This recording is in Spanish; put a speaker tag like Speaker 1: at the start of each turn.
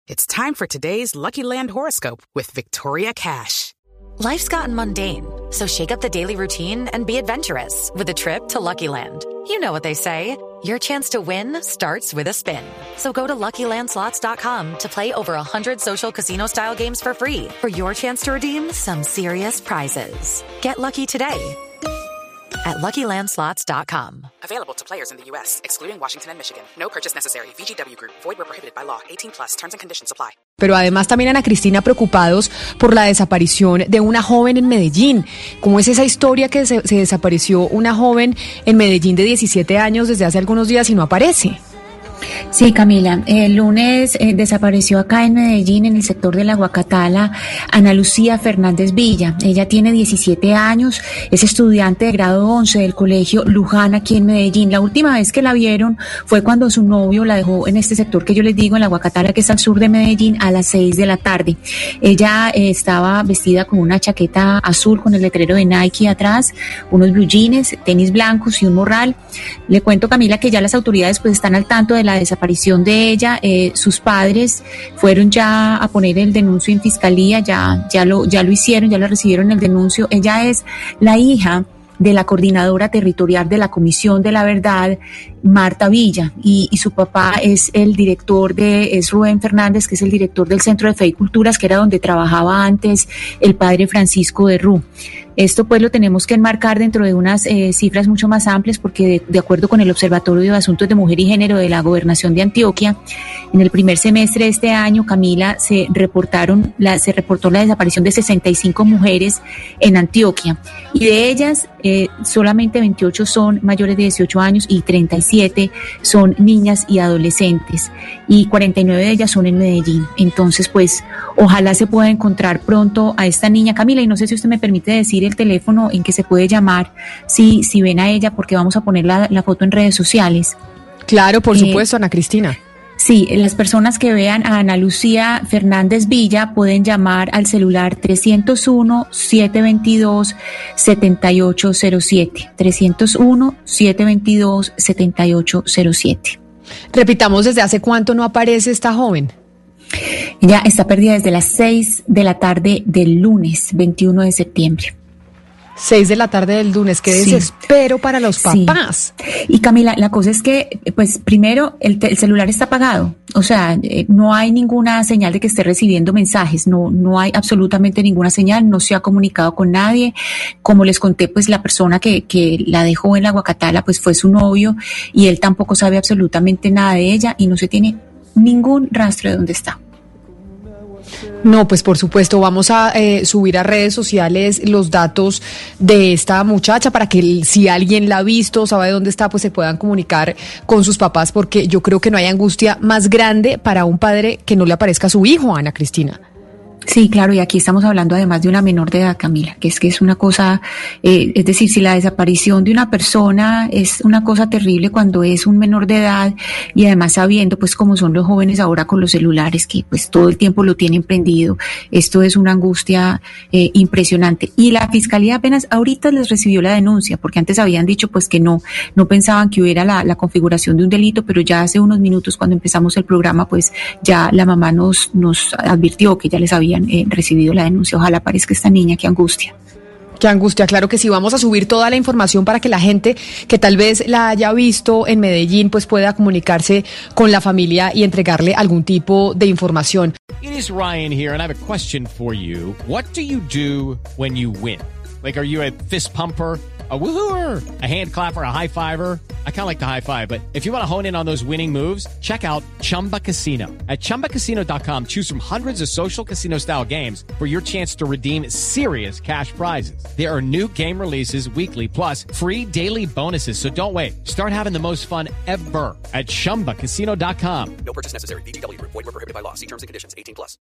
Speaker 1: It's time for today's Lucky Land horoscope with Victoria Cash.
Speaker 2: Life's gotten mundane, so shake up the daily routine and be adventurous with a trip to Lucky Land. You know what they say, your chance to win starts with a spin. So go to LuckyLandSlots.com to play over 100 social casino-style games for free for your chance to redeem some serious prizes. Get lucky today at LuckyLandSlots.com.
Speaker 1: Available to players in the U.S., excluding Washington and Michigan. No purchase necessary. VGW Group. Void where prohibited by law. 18+. Terms and conditions apply.
Speaker 3: Pero además también, Ana Cristina, preocupados por la desaparición de una joven en Medellín. ¿Cómo es esa historia que se desapareció una joven en Medellín de 17 años desde hace algunos días y no aparece?
Speaker 4: Sí, Camila, el lunes desapareció acá en Medellín, en el sector de la Guacatala, Ana Lucía Fernández Villa. Ella tiene 17 años, es estudiante de grado 11 del colegio Luján aquí en Medellín. La última vez que la vieron fue cuando su novio la dejó en este sector que yo les digo, en la Guacatala, que es al sur de Medellín, a las 6 de la tarde. Ella estaba vestida con una chaqueta azul con el letrero de Nike atrás, unos blue jeans, tenis blancos y un morral. Le cuento, Camila, que ya las autoridades pues están al tanto de la desaparición de ella. Sus padres fueron ya a poner el denuncio en fiscalía, ya lo hicieron, ya le recibieron el denuncio. Ella es la hija de la coordinadora territorial de la Comisión de la Verdad, Marta Villa, y su papá es Rubén Fernández, que es el director del Centro de Fe y Culturas, que era donde trabajaba antes el padre Francisco de Rú. Esto pues lo tenemos que enmarcar dentro de unas cifras mucho más amplias, porque de acuerdo con el Observatorio de Asuntos de Mujer y Género de la Gobernación de Antioquia, en el primer semestre de este año, Camila, se reportó la desaparición de 65 mujeres en Antioquia, y de ellas solamente 28 son mayores de 18 años y 37 son niñas y adolescentes, y 49 de ellas son en Medellín. Entonces, pues, ojalá se pueda encontrar pronto a esta niña, Camila, y no sé si usted me permite decir el teléfono en que se puede llamar si ven a ella, porque vamos a poner la foto en redes sociales.
Speaker 3: Claro, por supuesto, Ana Cristina.
Speaker 4: Sí, las personas que vean a Ana Lucía Fernández Villa pueden llamar al celular 301-722-7807, 301-722-7807.
Speaker 3: Repitamos, ¿desde hace cuánto no aparece esta joven?
Speaker 4: Ella está perdida desde las 6 de la tarde del lunes 21 de septiembre.
Speaker 3: 6 de la tarde del lunes, qué desespero para los papás.
Speaker 4: Sí. Y Camila, la cosa es que, pues, primero, el celular está apagado. O sea, no hay ninguna señal de que esté recibiendo mensajes, no hay absolutamente ninguna señal, no se ha comunicado con nadie. Como les conté, pues, la persona que la dejó en la Guacatala, pues, fue su novio, y él tampoco sabe absolutamente nada de ella, y no se tiene ningún rastro de dónde está.
Speaker 3: No, pues por supuesto, vamos a subir a redes sociales los datos de esta muchacha para que si alguien la ha visto, sabe dónde está, pues se puedan comunicar con sus papás, porque yo creo que no hay angustia más grande para un padre que no le aparezca a su hijo, Ana Cristina.
Speaker 4: Sí, claro, y aquí estamos hablando además de una menor de edad, Camila, que es una cosa, es decir, si la desaparición de una persona es una cosa terrible cuando es un menor de edad, y además sabiendo pues cómo son los jóvenes ahora con los celulares, que pues todo el tiempo lo tienen prendido, esto es una angustia impresionante. Y la Fiscalía apenas ahorita les recibió la denuncia, porque antes habían dicho pues que no pensaban que hubiera la configuración de un delito, pero ya hace unos minutos cuando empezamos el programa, pues ya la mamá nos advirtió que ya les habían recibido la denuncia. Ojalá aparezca esta niña, qué angustia.
Speaker 3: Qué angustia, claro que sí. Vamos a subir toda la información para que la gente que tal vez la haya visto en Medellín pues pueda comunicarse con la familia y entregarle algún tipo de información.
Speaker 5: It is Ryan here, and I have a question for you. What do you do when you win? Like, are you a fist pumper, a woohooer, a hand clapper, a high fiver? I kind of like the high five, but if you want to hone in on those winning moves, check out Chumba Casino. At ChumbaCasino.com, choose from hundreds of social casino-style games for your chance to redeem serious cash prizes. There are new game releases weekly, plus free daily bonuses, so don't wait. Start having the most fun ever at ChumbaCasino.com.
Speaker 6: No purchase necessary. VGW Group. Void where prohibited by law. See terms and conditions. 18+.